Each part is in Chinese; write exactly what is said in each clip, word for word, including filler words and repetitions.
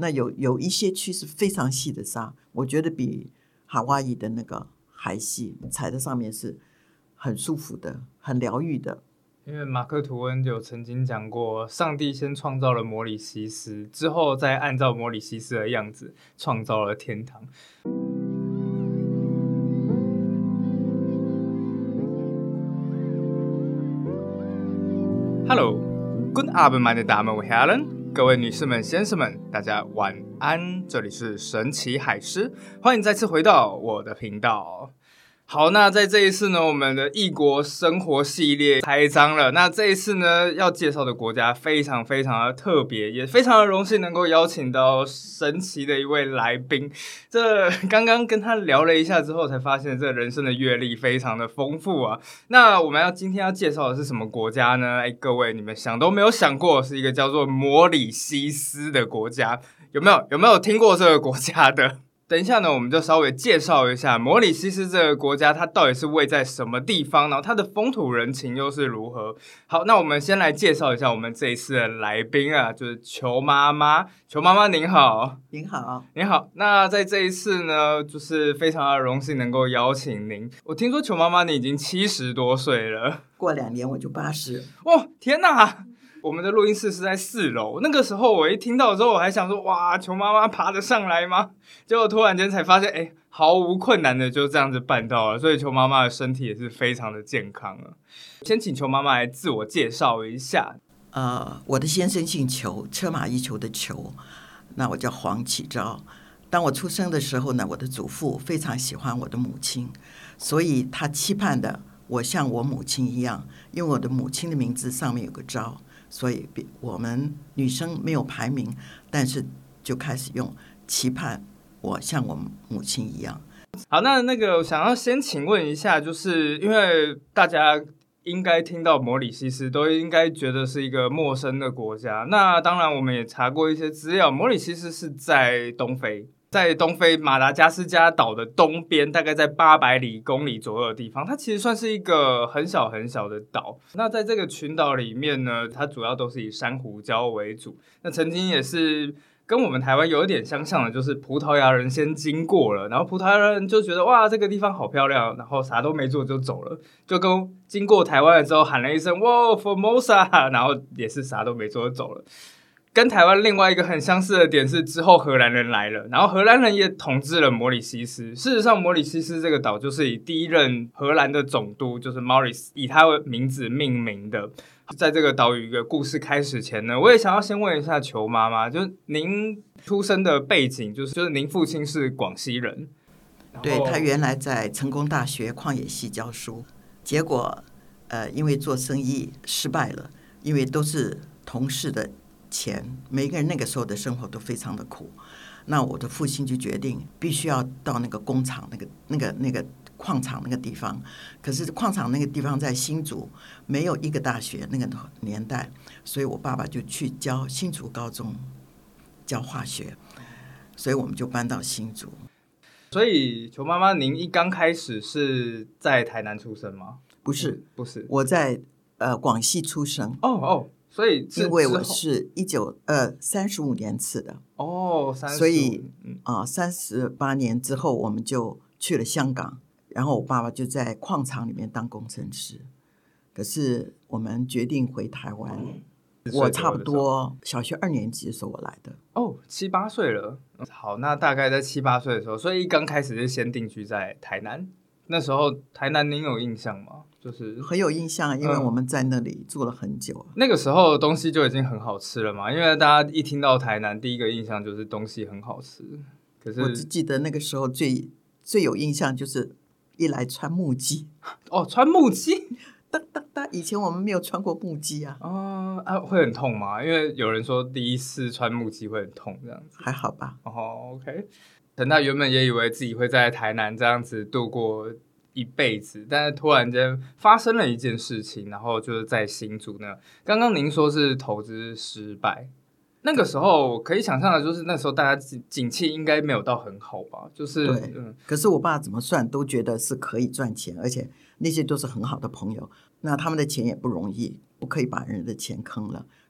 那有有一些区是非常细的沙，我觉得比夏威夷的那个还细，踩在上面是很舒服的，很疗愈的。 因为马克吐温就曾经讲过，上帝先创造了摩里西斯，之后再按照摩里西斯的样子创造了天堂。Hello, good Abend, meine Damen und Herren， 各位女士们、先生们，大家晚安。这里是神奇海狮，欢迎再次回到我的频道。好，那在这一次呢，我们的异国生活系列开张了。那这一次呢，要介绍的国家非常非常的特别，也非常的荣幸能够邀请到神奇的一位来宾。这刚刚跟他聊了一下之后，才发现这人生的阅历非常的丰富啊。那我们要今天要介绍的是什么国家呢？哎，各位你们想都没有想过，是一个叫做摩里西斯的国家，有没有有没有听过这个国家的？等一下呢，我们就稍微介绍一下摩里西斯这个国家，它到底是位在什么地方，然后它的风土人情又是如何。好，那我们先来介绍一下我们这一次的来宾啊，就是裘妈妈。裘妈妈您好。 您好。 您好。那在这一次呢，就是非常的荣幸能够邀请您。我听说裘妈妈你已经七十多岁了， 过两年我就八十。 哇，天哪！我们的录音室是在四楼，那个时候我一听到之后，我还想说，哇，裘妈妈爬得上来吗？结果突然间才发现，哎，毫无困难的就这样子办到了，所以裘妈妈的身体也是非常的健康了。先请裘妈妈来自我介绍一下。 呃，我的先生姓裘，车马一裘的裘，那我叫黄启昭。当我出生的时候呢，我的祖父非常喜欢我的母亲，所以他期盼的我像我母亲一样，因为我的母亲的名字上面有个昭。所以我们女生没有排名，但是就开始用期盼我像我母亲一样。 好，那那个我想要先请问一下，就是因为大家应该听到摩里西斯都应该觉得是一个陌生的国家，那当然我们也查过一些资料，摩里西斯是在东非，在东非马达加斯加岛的东边，大概在八百里公里左右的地方，它其实算是一个很小很小的岛。那在这个群岛里面呢，它主要都是以珊瑚礁为主。那曾经也是跟我们台湾有一点相像的，就是葡萄牙人先经过了，然后葡萄牙人就觉得哇，这个地方好漂亮，然后啥都没做就走了，就跟经过台湾了之后喊了一声哇 Formosa， 然后也是啥都没做就走了。跟台湾另外一个很相似的点是，之后荷兰人来了，然后荷兰人也统治了摩里西斯。事实上，摩里西斯这个岛就是以第一任荷兰的总督，就是 Maurice， 以他的名字命名的。在这个岛屿的故事开始前呢，我也想要先问一下裘妈妈，就是您出生的背景，就是就是您父亲是广西人， 对，他原来在成功大学矿业系教书，结果呃因为做生意失败了，因为都是同事的钱，每个人那个时候的生活都非常的苦。那我的父亲就决定必须要到那个工厂那个那个那个矿场那个地方，可是矿场那个地方在新竹，没有一个大学那个年代，所以我爸爸就去教新竹高中教化学，所以我们就搬到新竹。 所以裘妈妈您一刚开始是在台南出生吗？ 不是， 不是， 我在呃广西出生。 哦哦，所以因为我是一九呃三十五年次的哦， 所以啊三十八年之后我们就去了香港，然后我爸爸就在矿场里面当工程师。可是我们决定回台湾，我差不多小学二年级的时候我来的。 哦，七八岁了。好，那大概在七八岁的时候，所以一刚开始就先定居在台南。那时候台南您有印象吗？就是很有印象，因为我们在那里住了很久、 嗯、那个时候的东西就已经很好吃了嘛，因为大家一听到台南第一个印象就是东西很好吃。可是我只记得那个时候最最有印象就是一来穿木屐。 哦，穿木屐哒哒哒，以前我们没有穿过木屐啊。 哦啊，会很痛吗？因为有人说第一次穿木屐会很痛这样子。 还好吧。 哦 OK， 陈大原本也以为自己会在台南这样子度过一辈子，但是突然间发生了一件事情，然后就是在新竹呢。刚刚您说是投资失败，那个时候可以想象的就是那时候大家景气应该没有到很好吧？就是对、嗯，可是我爸怎么算都觉得是可以赚钱，而且那些都是很好的朋友，那他们的钱也不容易，不可以把人的钱坑了，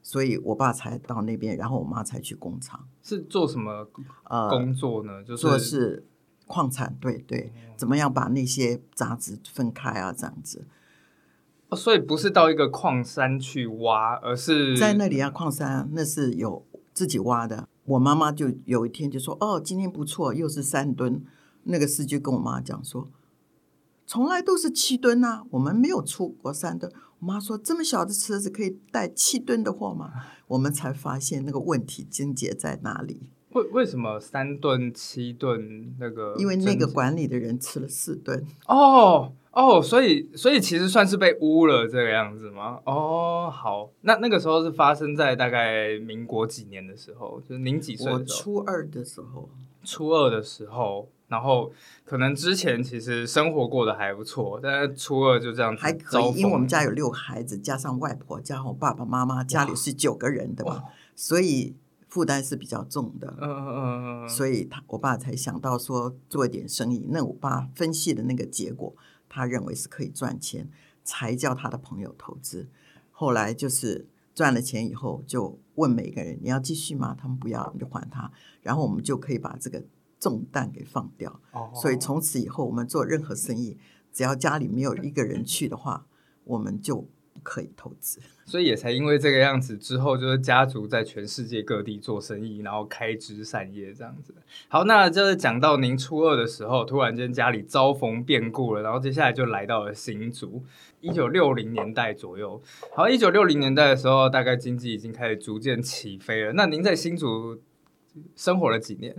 所以我爸才到那边，然后我妈才去工厂。 是做什么工作呢？呃、就是做是矿产，对对，怎么样把那些杂质分开啊，这样子。 哦、所以不是到一个矿山去挖，而是在那里啊，矿山那是有自己挖的。我妈妈就有一天就说：“哦，今天不错，又是三吨。”那个司机跟我妈讲说：“从来都是七吨啊，我们没有出过三吨。”我妈说：“这么小的车子可以带七吨的货吗？”我们才发现那个问题症结在哪里。 为为什么三吨、七吨那个？ 因为那个管理的人吃了四吨。 哦哦，所以所以其实算是被污了这个样子吗？哦，好，那那个时候是发生在大概民国几年的时候？就是您几岁的时候？ 我初二的时候。 初二的时候，然后可能之前其实生活过得还不错，但是初二就这样子还可以，因为我们家有六孩子，加上外婆，加上我爸爸妈妈，家里是九个人的嘛，所以负担是比较重的。 嗯嗯嗯， 所以他我爸才想到说做一点生意。那我爸分析的那个结果，他认为是可以赚钱，才叫他的朋友投资。后来就是赚了钱以后，就问每个人你要继续吗？他们不要，你就还他，然后我们就可以把这个重担给放掉。 哦、 所以从此以后，我们做任何生意，只要家里没有一个人去的话，我们就不可以投资。 所以也才因为这个样子，之后就是家族在全世界各地做生意，然后开枝散叶这样子。好，那就是讲到您初二的时候，突然间家里遭逢变故了，然后接下来就来到了新竹，一九六零年代左右。好，一九六零年代的时候，大概经济已经开始逐渐起飞了。那您在新竹生活了几年？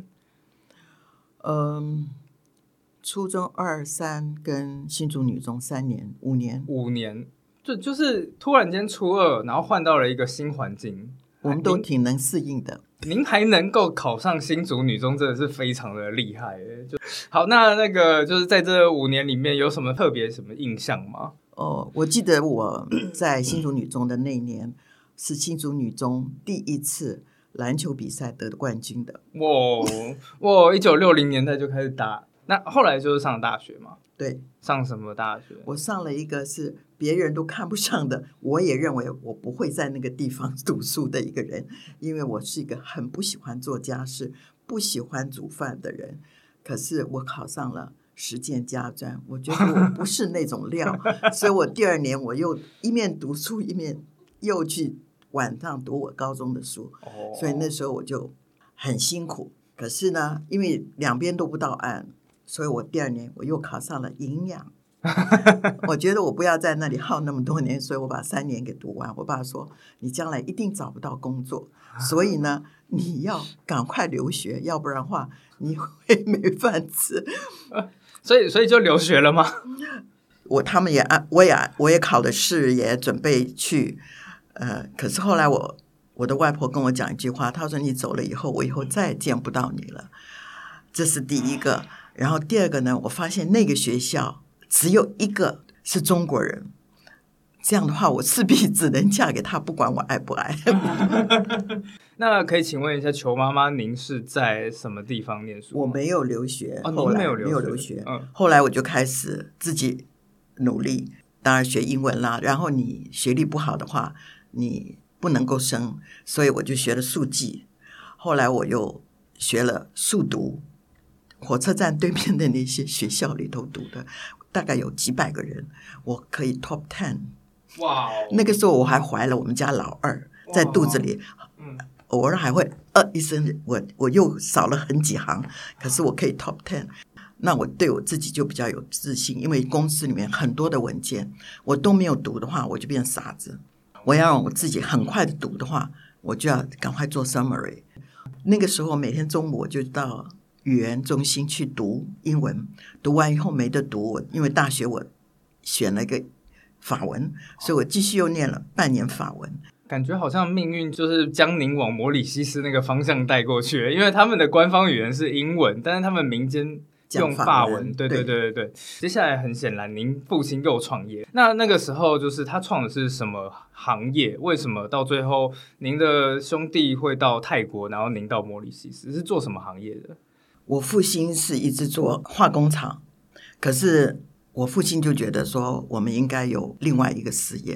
嗯，初中二三跟新竹女中三年，五年， 五年。就就是突然间初二，然后换到了一个新环境， 我们都挺能适应的。 您还能够考上新竹女中，真的是非常的厉害耶。就好，那那个就是在这五年里面有什么特别什么印象吗？ 哦，我记得我在新竹女中的那一年是新竹女中第一次篮球比赛得冠军的。 哇哇！一九六零年代就开始打，那后来就是上大学嘛？ 对， 上什么大学？ 我上了一个是别人都看不上的，我也认为我不会在那个地方读书的一个人，因为我是一个很不喜欢做家事、不喜欢煮饭的人。可是我考上了实践家专，我觉得我不是那种料，所以我第二年我又一面读书一面又去晚上读我高中的书， 哦、 所以那时候我就很辛苦。可是呢，因为两边都不到岸，所以我第二年我又考上了营养。我觉得我不要在那里耗那么多年，所以我把三年给读完。我爸说你将来一定找不到工作，所以呢你要赶快留学，要不然的话你会没饭吃。 所以所以就留学了吗？ 我他们也我也我也考了试，也准备去呃，可是后来我我的外婆跟我讲一句话，她说你走了以后，我以后再也见不到你了。这是第一个。然后第二个呢，我发现那个学校只有一个是中国人，这样的话我势必只能嫁给他，不管我爱不爱。 那可以请问一下裘妈妈，您是在什么地方念书？ 我没有留学。 哦， 后来您没有留学， 没有留学、 嗯、 后来我就开始自己努力，当然学英文啦，然后你学历不好的话你不能够升，所以我就学了速记，后来我又学了速读，火车站对面的那些学校里头读的，大概有几百个人，我可以 top ten。 哇、wow 那个时候我还怀了我们家老二在肚子里、wow 嗯、偶尔还会呃一声，我我又少了很几行，可是我可以 top ten。 那我对我自己就比较有自信，因为公司里面很多的文件我都没有读的话我就变傻子，我要让我自己很快的读的话我就要赶快做 summary。 那个时候每天中午我就到语言中心去读英文，读完以后没得读，因为大学我选了一个法文，所以我继续又念了半年法文。 感觉好像命运就是将您往摩里西斯那个方向带过去，因为他们的官方语言是英文，但是他们民间用法文。对对对对对。接下来很显然您父亲又创业，那那个时候就是他创的是什么行业？为什么到最后您的兄弟会到泰国，然后您到摩里西斯，是做什么行业的？ 我父亲是一直做化工厂，可是我父亲就觉得说我们应该有另外一个事业。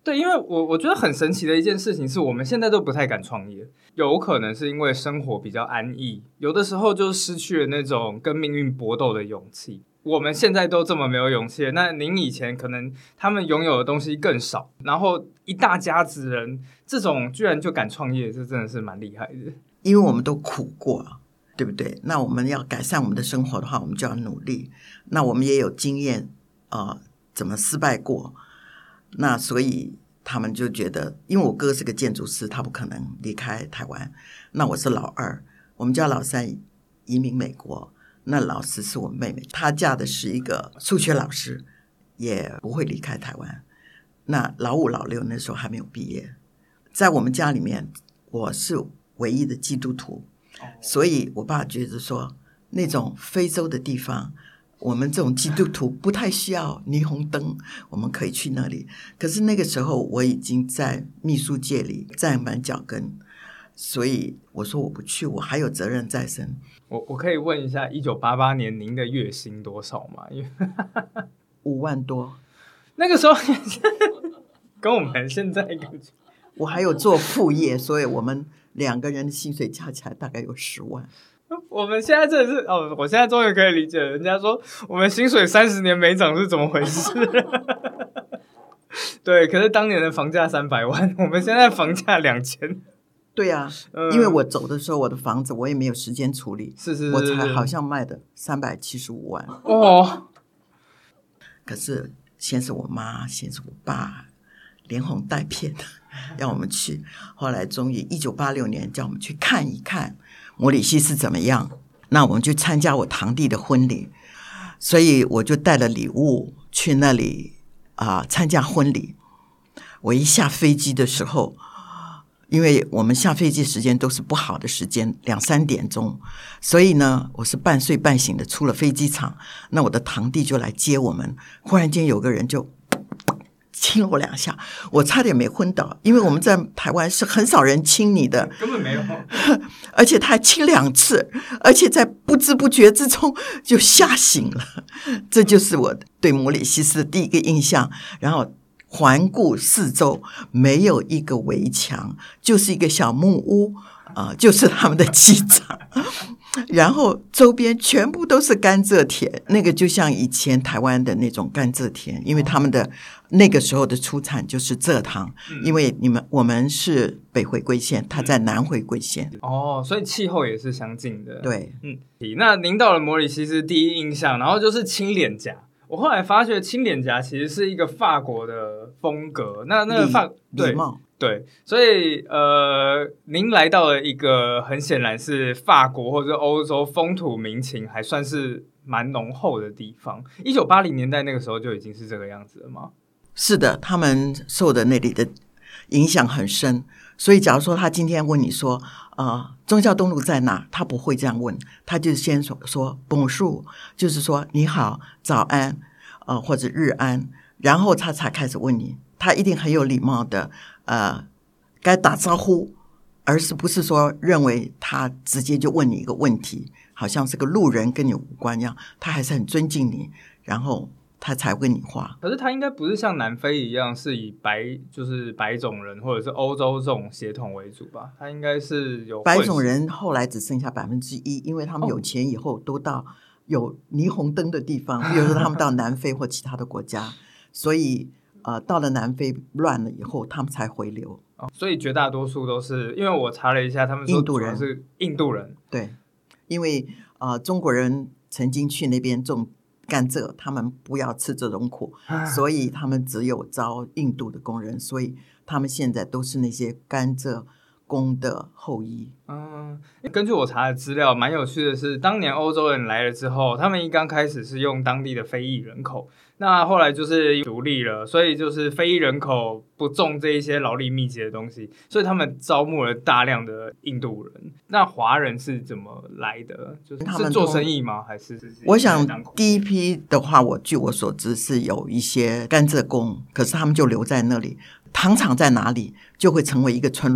对，因为我我觉得很神奇的一件事情是我们现在都不太敢创业，有可能是因为生活比较安逸，有的时候就失去了那种跟命运搏斗的勇气。我们现在都这么没有勇气，那您以前可能他们拥有的东西更少，然后一大家子人这种居然就敢创业，这真的是蛮厉害的。 因为我们都苦过，对不对？那我们要改善我们的生活的话，我们就要努力。那我们也有经验呃，怎么失败过，那所以他们就觉得，因为我哥是个建筑师，他不可能离开台湾，那我是老二，我们家老三移民美国，那老四是我妹妹，她嫁的是一个数学老师，也不会离开台湾。那老五老六那时候还没有毕业，在我们家里面我是唯一的基督徒，所以我爸觉得说那种非洲的地方，我们这种基督徒不太需要霓虹灯，我们可以去那里。可是那个时候我已经在秘书界里站满脚跟，所以我说我不去，我还有责任在身。 我我可以问一下，一九八八年您的月薪多少吗？因为五万多， 那个时候跟我们现在感觉， 我还有做副业，所以我们两个人的薪水加起来大概有十万。 我们现在真的是哦，我现在终于可以理解了，人家说我们薪水三十年没涨是怎么回事？对，可是当年的房价三百万，我们现在房价两千。 对啊、嗯，因为我走的时候，我的房子我也没有时间处理， 是是是， 我才好像卖的三百七十五万哦。 可是先是我妈，先是我爸，连哄带骗的让我们去，后来终于一九八六年叫我们去看一看摩里西斯怎么样，那我们就参加我堂弟的婚礼，所以我就带了礼物去那里啊、呃、参加婚礼。我一下飞机的时候，因为我们下飞机时间都是不好的时间，两三点钟，所以呢我是半睡半醒的出了飞机场，那我的堂弟就来接我们，忽然间有个人就亲了我两下，我差点没昏倒，因为我们在台湾是很少人亲你的， 根本没有， 而且他还亲两次，而且在不知不觉之中就吓醒了。这就是我对摩里西斯的第一个印象。然后环顾四周，没有一个围墙，就是一个小木屋啊、呃，就是他们的机场。然后周边全部都是甘蔗田，那个就像以前台湾的那种甘蔗田，因为他们的那个时候的出产就是蔗糖，因为你们我们是北回归线，他在南回归线。 哦，所以气候也是相近的。 对， 嗯，那您到了摩里西斯第一印象，然后就是亲脸颊。我后来发觉亲脸颊其实是一个法国的风格，那那个法礼貌。 对，所以呃，您来到了一个很显然是法国或者欧洲风土民情还算是蛮浓厚的地方。一九八零年代那个时候就已经是这个样子了吗？ 是的，他们受的那里的影响很深。所以假如说他今天问你说呃，忠孝东路在哪，他不会这样问，他就先说说 Bonjour， 就是说你好早安、呃、或者日安，然后他才开始问你，他一定很有礼貌的呃，该打招呼，而是不是说认为他直接就问你一个问题，好像是个路人跟你无关一样，他还是很尊敬你，然后他才问你话。 可是他应该不是像南非一样是以白就是白种人或者是欧洲这种血统为主吧？他应该是有白种人后来只剩下百分之一，因为他们有钱以后都到有霓虹灯的地方，比如说他们到南非或其他的国家，所以呃，到了南非乱了以后，他们才回流。 哦，所以绝大多数都是，因为我查了一下，他们说主要是印度人。 对，因为呃，中国人曾经去那边种甘蔗，他们不要吃这种苦，所以他们只有招印度的工人，所以他们现在都是那些甘蔗工的后裔。 嗯，根据我查的资料，蛮有趣的是，当年欧洲人来了之后，他们一刚开始是用当地的非裔人口，那后来就是独立了，所以就是非裔人口不种这一些劳力密集的东西，所以他们招募了大量的印度人。那华人是怎么来的？就是是做生意吗？还是？ 我想第一批的话，我据我所知是有一些甘蔗工，可是他们就留在那里。糖厂在哪里，就会成为一个村落。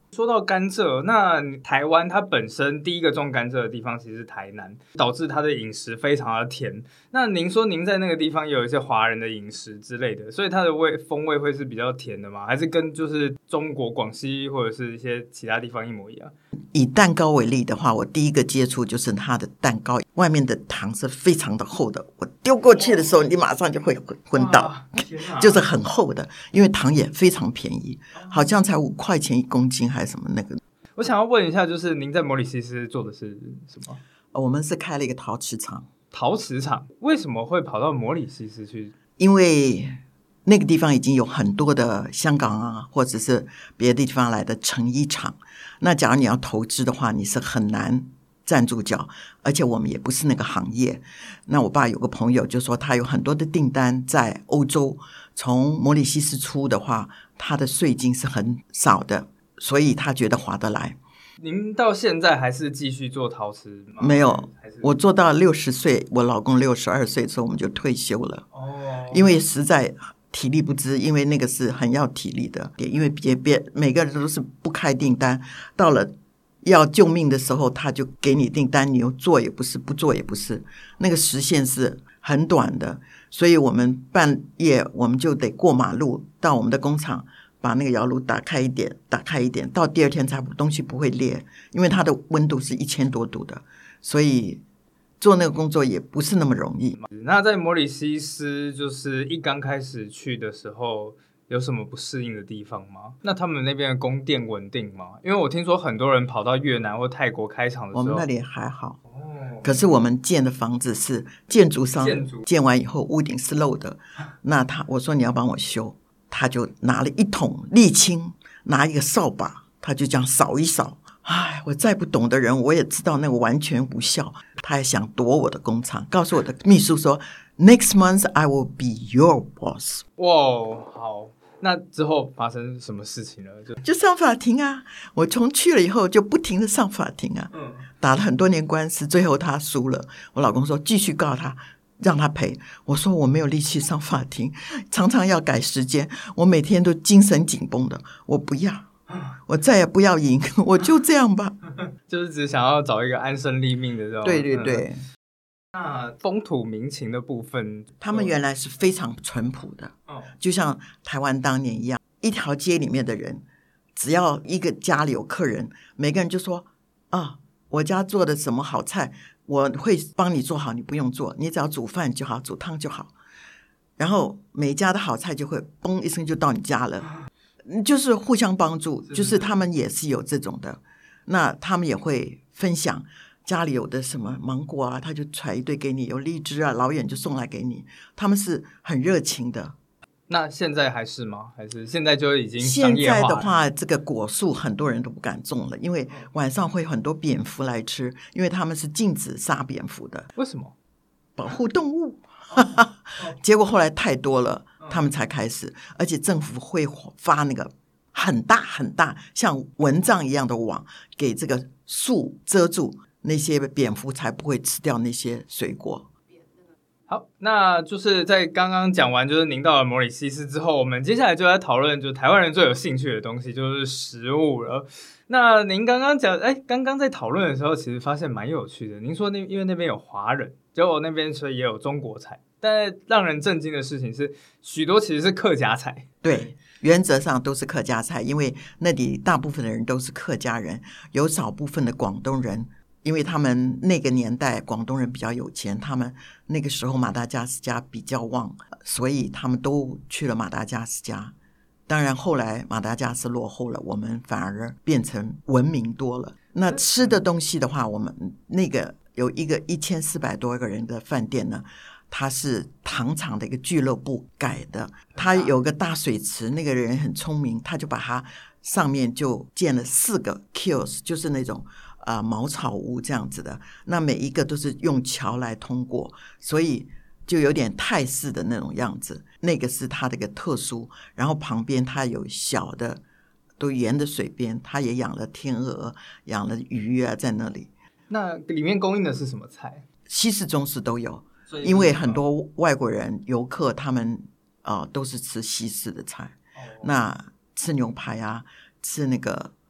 说到甘蔗，那台湾它本身第一个种甘蔗的地方其实是台南，导致它的饮食非常的甜。那您说您在那个地方也有一些华人的饮食之类的，所以它的味风味会是比较甜的吗？还是跟就是中国广西或者是一些其他地方一模一样？ 以蛋糕为例的话，我第一个接触就是它的蛋糕外面的糖是非常的厚的，我丢过去的时候你马上就会昏倒，就是很厚的，因为糖也非常便宜，好像才五块钱一公斤还是什么那个。 我想要问一下，就是您在摩里西斯做的是什么？ 我们是开了一个陶瓷厂。 陶瓷厂为什么会跑到摩里西斯去？ 因为那个地方已经有很多的香港啊，或者是别的地方来的成衣厂。那假如你要投资的话，你是很难站住脚，而且我们也不是那个行业。那我爸有个朋友就说，他有很多的订单在欧洲，从摩里西斯出的话，他的税金是很少的，所以他觉得划得来。 您到现在还是继续做陶瓷吗？ 没有，我做到六十岁，我老公六十二岁的时候我们就退休了。哦，因为实在体力不支，因为那个是很要体力的，因为别别每个人都是不开订单，到了要救命的时候他就给你订单，你又做也不是，不做也不是，那个时限是很短的，所以我们半夜我们就得过马路到我们的工厂，把那个窑炉打开一点打开一点，到第二天才东西不会裂，因为它的温度是一千多度的，所以做那个工作也不是那么容易。 那在摩里西斯就是一刚开始去的时候有什么不适应的地方吗？那他们那边的供电稳定吗？因为我听说很多人跑到越南或泰国开厂的时候， 我们那里还好。哦，可是我们建的房子是建筑商建完以后屋顶是漏的，那他我说你要帮我修，他就拿了一桶沥青，拿一个扫把，他就这样扫一扫。唉，我再不懂的人我也知道那个完全无效，他还想夺我的工厂，告诉我的秘书说 Next month I will be your boss。 哇，好，那之后发生什么事情了？ 就, 就上法庭啊，我从去了以后就不停的上法庭啊，嗯，打了很多年官司，最后他输了，我老公说继续告他让他赔，我说我没有力气上法庭，常常要改时间，我每天都精神紧绷的，我不要，我再也不要赢，我就这样吧。 就是只想要找一个安身立命的这种。 对对对。 嗯，那风土民情的部分， 他们原来是非常淳朴的，哦，就像台湾当年一样，一条街里面的人，只要一个家里有客人，每个人就说啊，我家做的什么好菜，我会帮你做好，你不用做，你只要煮饭就好，煮汤就好。然后每家的好菜就会嘣一声就到你家了，就是互相帮助，就是他们也是有这种的。那他们也会分享家里有的什么芒果啊，他就揣一堆给你，有荔枝啊，老远就送来给你，他们是很热情的。 那现在还是吗？还是现在就已经商业化了？ 现在的话，这个果树很多人都不敢种了，因为晚上会有很多蝙蝠来吃，因为他们是禁止杀蝙蝠的。 为什么？ 保护动物。结果后来太多了，他们才开始，而且政府会发那个很大很大像蚊帐一样的网给这个树遮住，那些蝙蝠才不会吃掉那些水果。 好，那就是在刚刚讲完就是您到了摩里西斯之后，我们接下来就来讨论就是台湾人最有兴趣的东西，就是食物了。那您刚刚讲，哎，刚刚在讨论的时候其实发现蛮有趣的，您说那因为那边有华人，结果那边所以也有中国菜，但让人震惊的事情是许多其实是客家菜。 对，原则上都是客家菜，因为那里大部分的人都是客家人，有少部分的广东人，因为他们那个年代广东人比较有钱，他们那个时候马达加斯加比较旺，所以他们都去了马达加斯加。当然后来马达加斯落后了，我们反而变成文明多了。那吃的东西的话，我们那个有一个一千四百多个人的饭店呢，它是糖厂的一个俱乐部改的，它有个大水池，那个人很聪明，他就把它上面就建了四个 kiosk， 就是那种呃茅草屋这样子的，那每一个都是用桥来通过，所以就有点泰式的那种样子，那个是它的一个特殊。然后旁边它有小的都沿着水边，它也养了天鹅养了鱼啊在那里。 那里面供应的是什么菜？ 西式中式都有，因为很多外国人游客他们、呃、都是吃西式的菜、哦、那吃牛排啊，吃那个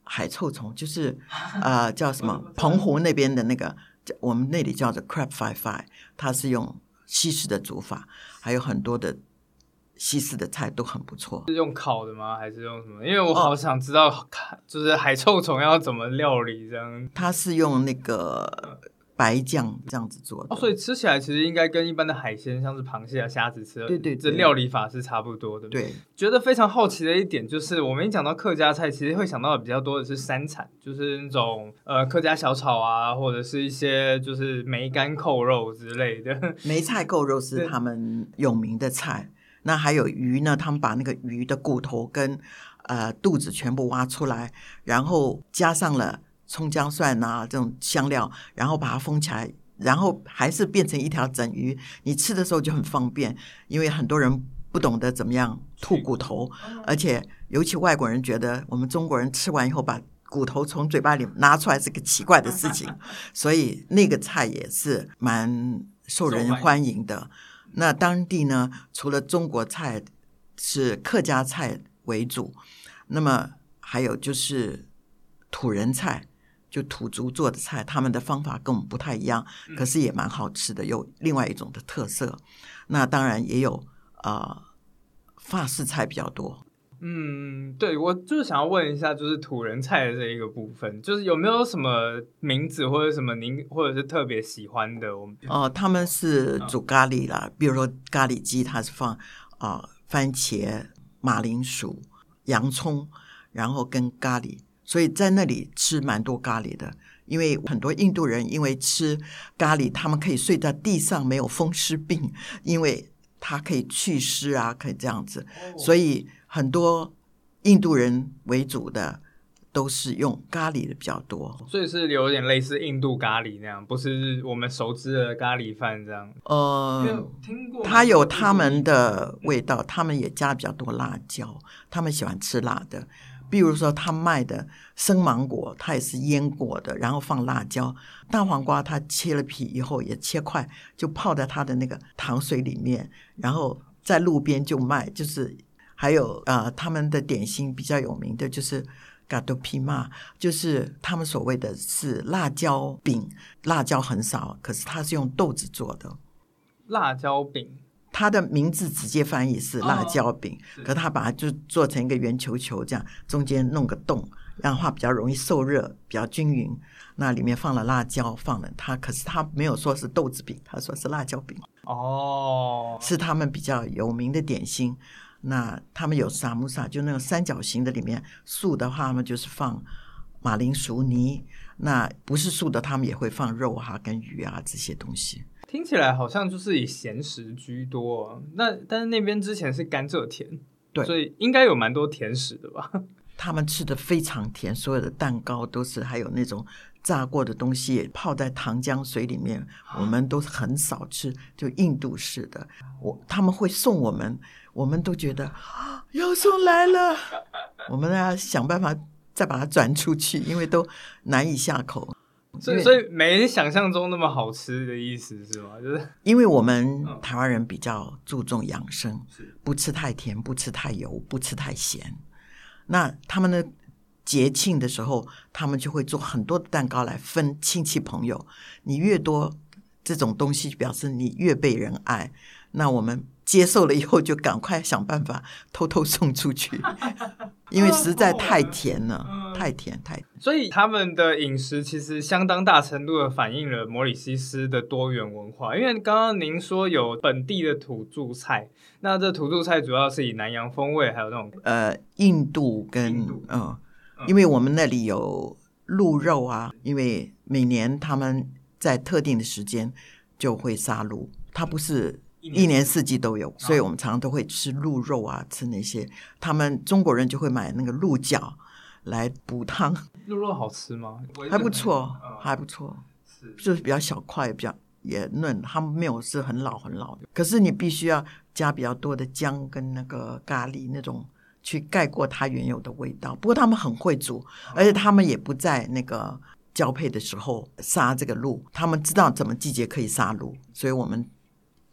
海臭虫，就是呃叫什么澎湖那边的那个，我们那里叫做 crab fi fi， 它是用西式的煮法，还有很多的西式的菜都很不错。 是用烤的吗？还是用什么？因为我好想知道，哦、就是海臭虫要怎么料理这样。 它是用那个白酱这样子做的、 哦，所以吃起来其实应该跟一般的海鲜，像是螃蟹啊、虾子吃的， 对对对， 这料理法是差不多的。 对， 觉得非常好奇的一点就是，我们一讲到客家菜，其实会想到的比较多的是山产，就是那种呃客家小炒啊，或者是一些就是梅干扣肉之类的。 梅菜扣肉是他们有名的菜。那还有鱼呢，他们把那个鱼的骨头跟呃肚子全部挖出来，然后加上了葱姜蒜啊这种香料，然后把它封起来，然后还是变成一条整鱼。你吃的时候就很方便，因为很多人不懂得怎么样吐骨头，而且尤其外国人觉得我们中国人吃完以后把骨头从嘴巴里拿出来是个奇怪的事情，所以那个菜也是蛮受人欢迎的。那当地呢，除了中国菜是客家菜为主，那么还有就是土人菜，就土族做的菜，他们的方法跟我们不太一样，可是也蛮好吃的，有另外一种的特色。那当然也有呃法式菜比较多。 嗯，对，我就是想要问一下，就是土人菜的这一个部分，就是有没有什么名字或者什么您或者是特别喜欢的？我们哦、呃，他们是煮咖喱啦，比如说咖喱鸡，它是放啊、呃、番茄、马铃薯、洋葱，然后跟咖喱，所以在那里吃蛮多咖喱的。因为很多印度人因为吃咖喱，他们可以睡在地上，没有风湿病，因为它可以祛湿啊，可以这样子，所以很多印度人为主的都是用咖喱的比较多， 所以是有点类似印度咖喱那样，不是我们熟知的咖喱饭这样。 呃，它有他们的味道，他们也加比较多辣椒，他们喜欢吃辣的。比如说他卖的生芒果，它也是腌过的，然后放辣椒。大黄瓜它切了皮以后也切块，就泡在它的那个糖水里面，然后在路边就卖。就是还有呃，他们的点心比较有名的就是嘎多皮玛，就是他们所谓的是辣椒饼，辣椒很少，可是它是用豆子做的辣椒饼。 它的名字直接翻译是辣椒饼、哦、可是它把它就做成一个圆球球，这样中间弄个洞，让它比较容易受热，比较均匀。那里面放了辣椒，放了它，可是它没有说是豆子饼，他说是辣椒饼。 哦， 是他们比较有名的点心。那他们有萨姆萨，就那种三角形的，里面素的话他们就是放马铃薯泥，那不是素的他们也会放肉啊跟鱼啊这些东西。 听起来好像就是以咸食居多、啊、那但是那边之前是甘蔗甜， 对， 所以应该有蛮多甜食的吧。 他们吃的非常甜，所有的蛋糕都是，还有那种炸过的东西也泡在糖浆水里面，我们都很少吃，就印度式的。我他们会送我们，我们都觉得要送来了，我们要想办法再把它转出去，因为都难以下口。 所以，所以没想象中那么好吃的意思是吗？就是因为我们台湾人比较注重养生，不吃太甜，不吃太油，不吃太咸。那他们的节庆的时候，他们就会做很多的蛋糕来分亲戚朋友。你越多这种东西，表示你越被人爱。那我们接受了以后，就赶快想办法偷偷送出去，因为实在太甜了，太甜太甜。 所以他们的饮食其实相当大程度的反映了摩里西斯的多元文化。因为刚刚您说有本地的土著菜，那这土著菜主要是以南洋风味，还有那种呃印度跟印度嗯，因为我们那里有鹿肉啊，因为每年他们在特定的时间就会杀鹿，它不是一年四季都有，所以我们常常都会吃鹿肉啊，吃那些。他们中国人就会买那个鹿角来补汤。 鹿肉好吃吗？ 还不错，还不错，就是比较小块，比较也嫩，他们没有是很老很老的。可是你必须要加比较多的姜跟那个咖喱那种，去盖过它原有的味道。不过他们很会煮，而且他们也不在那个交配的时候杀这个鹿，他们知道怎么季节可以杀鹿，所以我们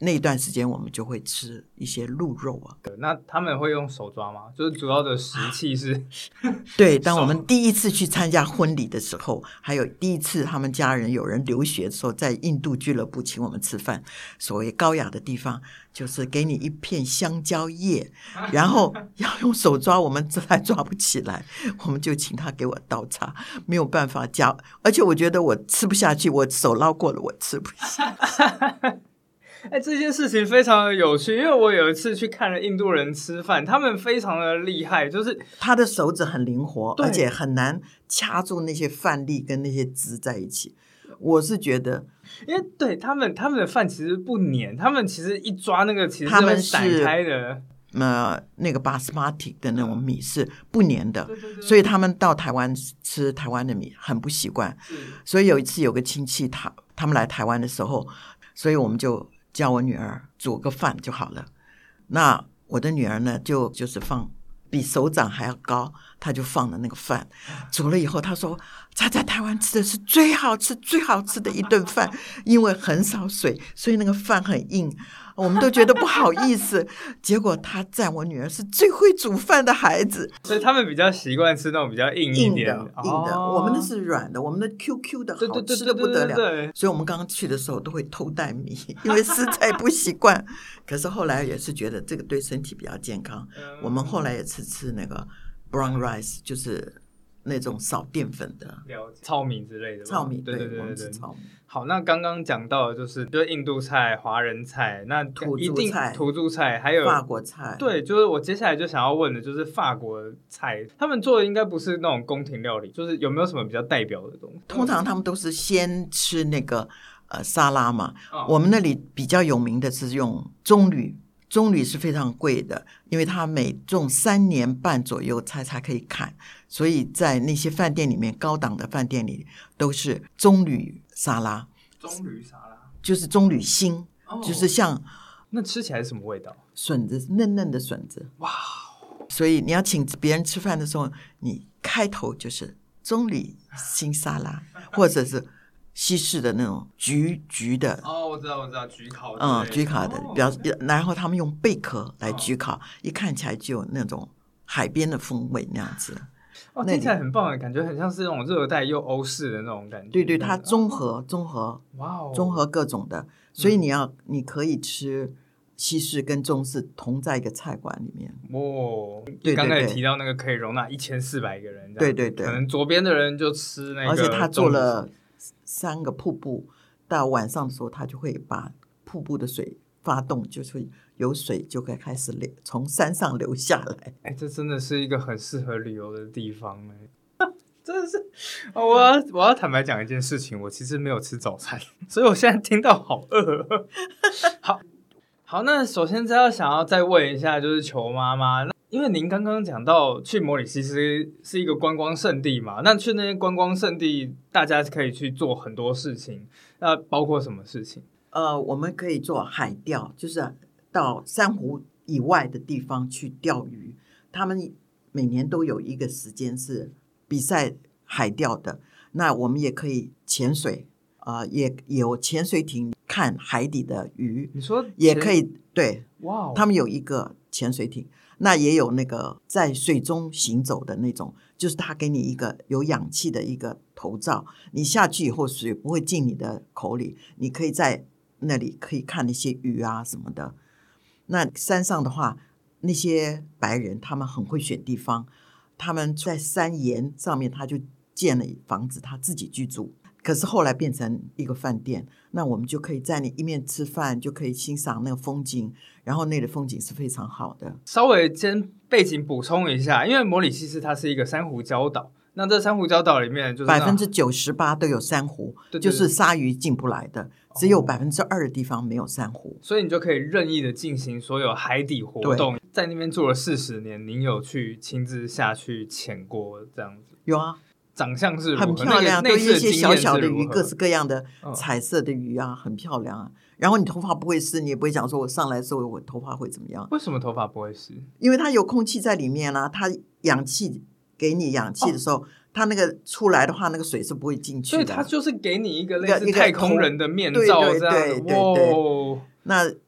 那一段时间我们就会吃一些鹿肉啊。 那他们会用手抓吗？就是主要的食器是对，当我们第一次去参加婚礼的时候，还有第一次他们家人有人留学的时候，在印度俱乐部请我们吃饭，所谓高雅的地方就是给你一片香蕉叶，然后要用手抓，我们还抓不起来，我们就请他给我倒茶，没有办法夹，而且我觉得我吃不下去，我手捞过了我吃不下去。 哎，这件事情非常的有趣，因为我有一次去看了印度人吃饭，他们非常的厉害，就是他的手指很灵活，而且很难掐住那些饭粒跟那些汁在一起。我是觉得， 因为对他们他们的饭其实不黏，他们其实一抓那个其实是会散开的。 呃，那个巴斯马提的那种米是不黏的，对对对，所以他们到台湾吃台湾的米很不习惯。所以有一次有个亲戚他他们来台湾的时候，所以我们就叫我女儿煮个饭就好了。那我的女儿呢，就就是放比手掌还要高，她就放了那个饭，煮了以后，她说她在台湾吃的是最好吃、最好吃的一顿饭，因为很少水，所以那个饭很硬，我们都觉得不好意思。结果她赞我女儿是最会煮饭的孩子， 所以他们比较习惯吃那种比较硬一点硬的，硬的。哦，我们的是软的，我们的 Q Q 的，好吃的不得了。对对对对对，所以我们刚刚去的时候都会偷带米，因为实在不习惯。可是后来也是觉得这个对身体比较健康，嗯，我们后来也是吃那个 brown rice， 就是那种少淀粉的糙米之类的。 糙米， 对对对对对， 糙米。 好，那刚刚讲到的就是就是印度菜、华人菜，那土一定著菜、 土著菜，还有法国菜。 对，就是我接下来就想要问的就是法国菜，他们做的应该不是那种宫廷料理，就是有没有什么比较代表的东西？ 通常他们都是先吃那个呃沙拉嘛，哦，我们那里比较有名的是用棕榈。棕榈是非常贵的，因为它每种三年半左右才才可以砍，所以在那些饭店里面，高档的饭店里都是棕榈沙拉。 棕榈沙拉就是棕榈心，哦，就是像那吃起来是什么味道？ 笋子，嫩嫩的笋子。哇！所以你要请别人吃饭的时候，你开头就是棕榈心沙拉，或者是西式的那种焗焗的。 哦，我知道，我知道，焗烤。 嗯，焗烤的，比较，然后他们用贝壳来焗烤，哦，一看起来就有那种海边的风味那样子。 哦，听起来很棒的感觉，很像是那种热带又欧式的那种感觉。 对对，它综合综合， 哇哦， 综合各种的，所以你要，嗯，你可以吃西式跟中式同在一个菜馆里面。 哦，对，刚才也提到那个可以容纳一千四百个人， 对对对， 可能左边的人就吃那个， 而且他做了三个瀑布，到晚上的时候他就会把瀑布的水发动，就是有水就可以开始流，从山上流下来。 哎，这真的是一个很适合旅游的地方哎，真的是。我要我要坦白讲一件事情，我其实没有吃早餐，所以我现在听到好饿。好好，那首先再要想要再问一下，就是球妈妈，因为您刚刚讲到去摩里西斯是一个观光胜地嘛，那去那些观光胜地，大家可以去做很多事情，那包括什么事情？ 呃，我们可以做海钓，就是到珊瑚以外的地方去钓鱼。他们每年都有一个时间是比赛海钓的，那我们也可以潜水，呃，也有潜水艇看海底的鱼。 你说也可以，对， 哇， 他们有一个潜水艇，那也有那个在水中行走的那种，就是他给你一个有氧气的一个头罩，你下去以后水不会进你的口里，你可以在那里可以看那些鱼啊什么的。那山上的话，那些白人他们很会选地方，他们在山岩上面他就建了房子，他自己居住。可是后来变成一个饭店，那我们就可以在你一面吃饭，就可以欣赏那个风景，然后那里的风景是非常好的。 稍微先背景补充一下，因为摩里西斯它是一个珊瑚礁岛，那这珊瑚礁岛里面就是百分之九十八都有珊瑚，对对对，就是鲨鱼进不来的，只有百分之二的地方没有珊瑚， 所以你就可以任意的进行所有海底活动。在那边住了四十年，您有去亲自下去潜过这样子？ 有啊， 长相是如何？很漂亮，都一些小小的鱼，各式各样的彩色的鱼啊，嗯，很漂亮啊。然后你头发不会湿，你也不会讲说我上来的时候我头发会怎么样。 为什么头发不会湿？ 因为它有空气在里面啊，它氧气给你氧气的时候，哦，它那个出来的话，那个水是不会进去的。 所以它就是给你一个类似太空人的面罩这样子。 对对对对对。那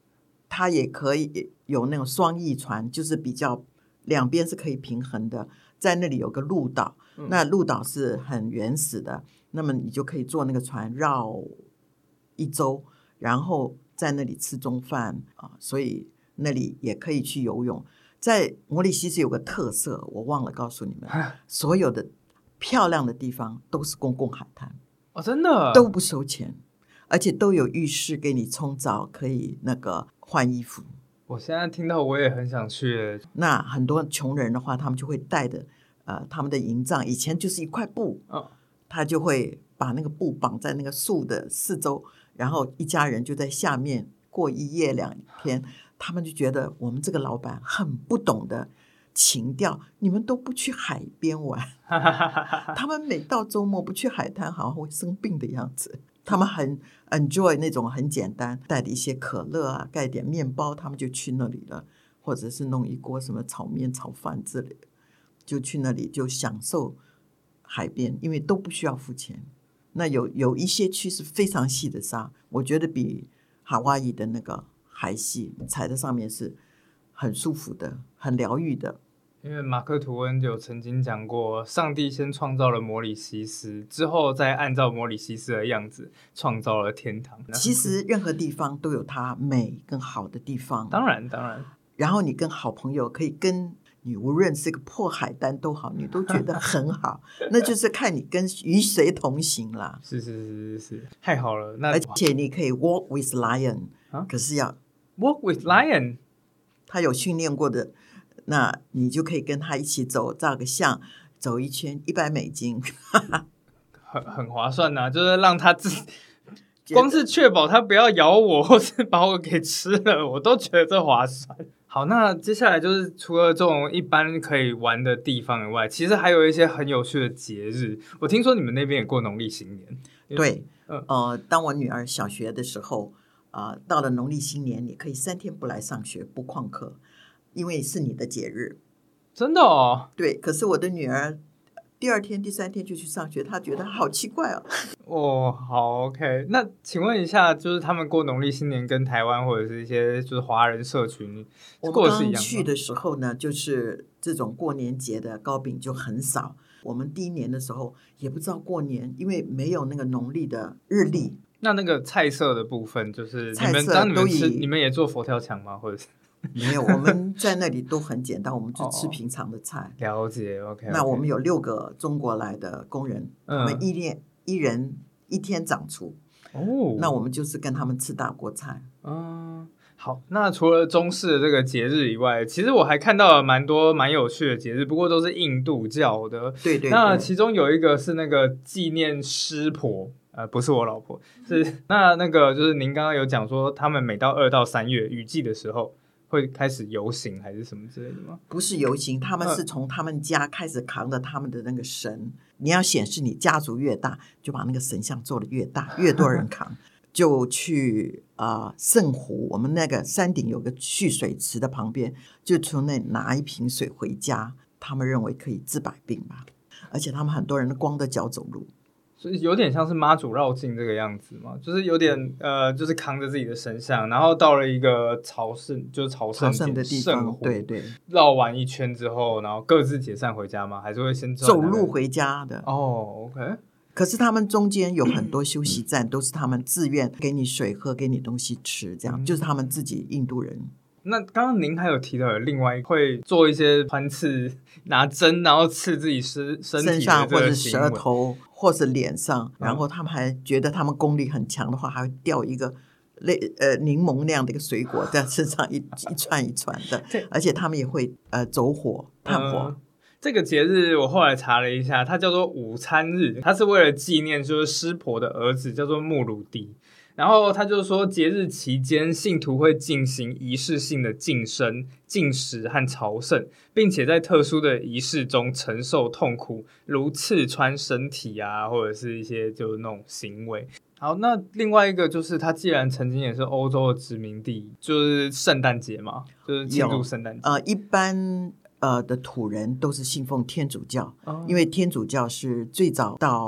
它也可以有那种双翼船，就是比较两边是可以平衡的，在那里有个陆岛，嗯、那陆岛是很原始的，那么你就可以坐那个船绕一周，然后在那里吃中饭啊，所以那里也可以去游泳。在摩里西斯有个特色，我忘了告诉你们，所有的漂亮的地方都是公共海滩哦，真的都不收钱，而且都有浴室给你冲澡，可以那个换衣服。 我现在听到我也很想去。 那很多穷人的话，他们就会带着呃他们的营帐，以前就是一块布，哦、他就会把那个布绑在那个树的四周，然后一家人就在下面过一夜两天。他们就觉得我们这个老板很不懂得情调，你们都不去海边玩他们每到周末不去海滩好像会生病的样子。他们很 enjoy 那种很简单，带的一些可乐啊，盖点面包，他们就去那里了，或者是弄一锅什么炒面炒饭之类的，就去那里就享受海边，因为都不需要付钱。那有有一些区是非常细的沙，我觉得比夏威夷的那个海细，踩在上面是很舒服的，很疗愈的。 因为马克吐温有曾经讲过，上帝先创造了摩里西斯，之后再按照摩里西斯的样子创造了天堂。 其实任何地方都有它美跟好的地方， 当然当然。 然后你跟好朋友可以跟你无论是个破海单都好，你都觉得很好那就是看你跟与谁同行啦。 是是是是是，太好了。那而且你可以 walk with lion、啊、可是要 Walk with lion， 他有训练过的，那你就可以跟他一起走，照个相，走一圈一百美金很很划算啊，就是让他自己光是确保他不要咬我或是把我给吃了，我都觉得这划算。好，那接下来就是除了这种一般可以玩的地方以外，其实还有一些很有趣的节日。我听说你们那边也过农历新年。 对、嗯、呃，当我女儿小学的时候Uh, 到了农历新年你可以三天不来上学不旷课，因为是你的节日。 真的哦？ 对，可是我的女儿第二天第三天就去上学，她觉得好奇怪哦。 哦，好 OK。 那请问一下，就是他们过农历新年跟台湾或者是一些就是华人社群过的是一样吗？ 我们刚去的时候呢，就是这种过年节的糕饼就很少。我们第一年的时候也不知道过年，因为没有那个农历的日历。 那那个菜色的部分，就是你们当你们吃，你们也做佛跳墙吗？或者是没有？我们在那里都很简单，我们就吃平常的菜。 哦、了解 OK, 那我们有六个中国来的工人，嗯、他们一天一人一天掌厨哦。那我们就是跟他们吃大锅菜。 嗯，好。那除了中式的这个节日以外，其实我还看到了蛮多蛮有趣的节日，不过都是印度教的。 对 对, 对。 那其中有一个是那个纪念湿婆。呃，不是我老婆，是那那个就是您刚刚有讲说，他们每到二到三月雨季的时候会开始游行还是什么之类的吗？ 不是游行，他们是从他们家开始扛着他们的那个神。你要显示你家族越大，就把那个神像做得越大，越多人扛，就去呃圣湖，我们那个山顶有个蓄水池的旁边，就从那拿一瓶水回家，他们认为可以治百病吧，而且他们很多人光着脚走路。 所以有点像是妈祖绕境这个样子嘛，就是有点呃，就是扛着自己的神像，然后到了一个朝圣，就是朝圣朝圣的地方，对对， 绕完一圈之后，然后各自解散回家吗？还是会先走路回家的？ 哦 ，OK。 可是他们中间有很多休息站，都是他们自愿给你水喝，给你东西吃，这样、嗯、就是他们自己印度人。 那刚刚您还有提到有另外会做一些穿刺，拿针然后刺自己身身体的这个行为，身上或者舌头或者脸上，然后他们还觉得他们功力很强的话，还会掉一个类呃柠檬那样的一个水果在身上一一串一串的，而且他们也会呃走火炭火。 嗯这个节日我后来查了一下，它叫做午餐日，它是为了纪念就是湿婆的儿子叫做穆鲁迪。然后他就说，节日期间信徒会进行仪式性的净身、进食和朝圣，并且在特殊的仪式中承受痛苦，如刺穿身体啊，或者是一些就是那种行为。好，那另外一个就是他既然曾经也是欧洲的殖民地，就是圣诞节嘛，就是庆祝圣诞节。 呃，一般呃的土人都是信奉天主教，哦、因为天主教是最早到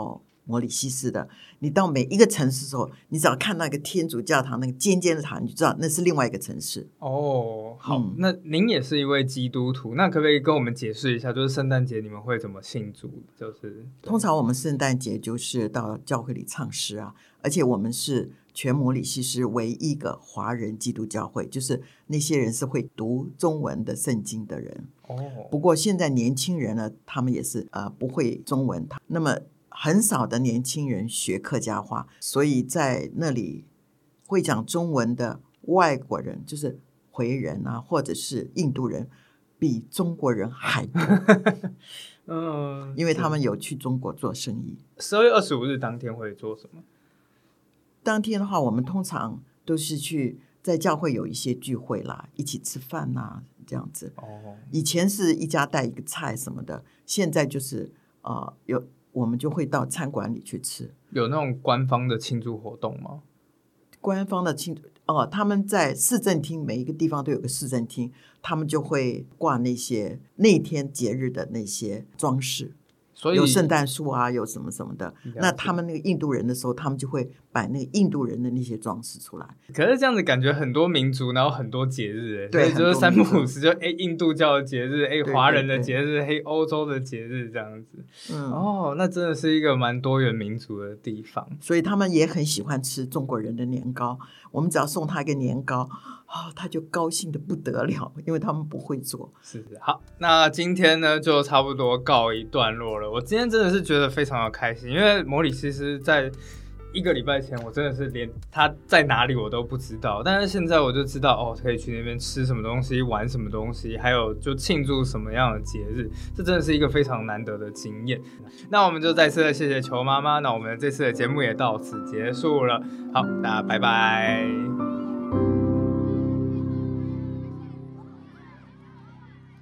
摩里西斯的。你到每一个城市的时候，你只要看到一个天主教堂那个尖尖的塔，你就知道那是另外一个城市。 哦，好、 嗯、 那您也是一位基督徒，那可不可以跟我们解释一下，就是圣诞节你们会怎么庆祝？就是通常我们圣诞节就是到教会里唱诗啊，而且我们是全摩里西斯唯一一个华人基督教会，就是那些人是会读中文的圣经的人。 哦， 不过现在年轻人呢，他们也是呃不会中文，那么很少的年轻人学客家话，所以在那里会讲中文的外国人，就是回人啊，或者是印度人，比中国人还多。嗯，因为他们有去中国做生意。 十二月二十五日当天会做什么？ 当天的话，我们通常都是去在教会有一些聚会啦，一起吃饭啦，这样子。哦，以前是一家带一个菜什么的，现在就是呃有我们就会到餐馆里去吃。 有那种官方的庆祝活动吗？ 官方的庆哦，他们在市政厅，每一个地方都有个市政厅，他们就会挂那些那天节日的那些装饰。所以有圣诞树啊，有什么什么的。那他们那个印度人的时候，他们就会摆那个印度人的那些装饰出来。 可是这样子感觉很多民族，然后很多节日，对，就是三不五时就哎印度教的节日，哎华人的节日，哎欧洲的节日这样子。嗯，哦，那真的是一个蛮多元民族的地方。 所以他们也很喜欢吃中国人的年糕。我们只要送他一个年糕，哦，他就高兴的不得了，因为他们不会做。 是的，好，那今天呢就差不多告一段落了。我今天真的是觉得非常的开心，因为摩里西斯在一个礼拜前我真的是连他在哪里我都不知道，但是现在我就知道哦，可以去那边吃什么东西，玩什么东西，还有就庆祝什么样的节日，这真的是一个非常难得的经验。那我们就再次的谢谢球妈妈，那我们这次的节目也到此结束了，好，大家拜拜。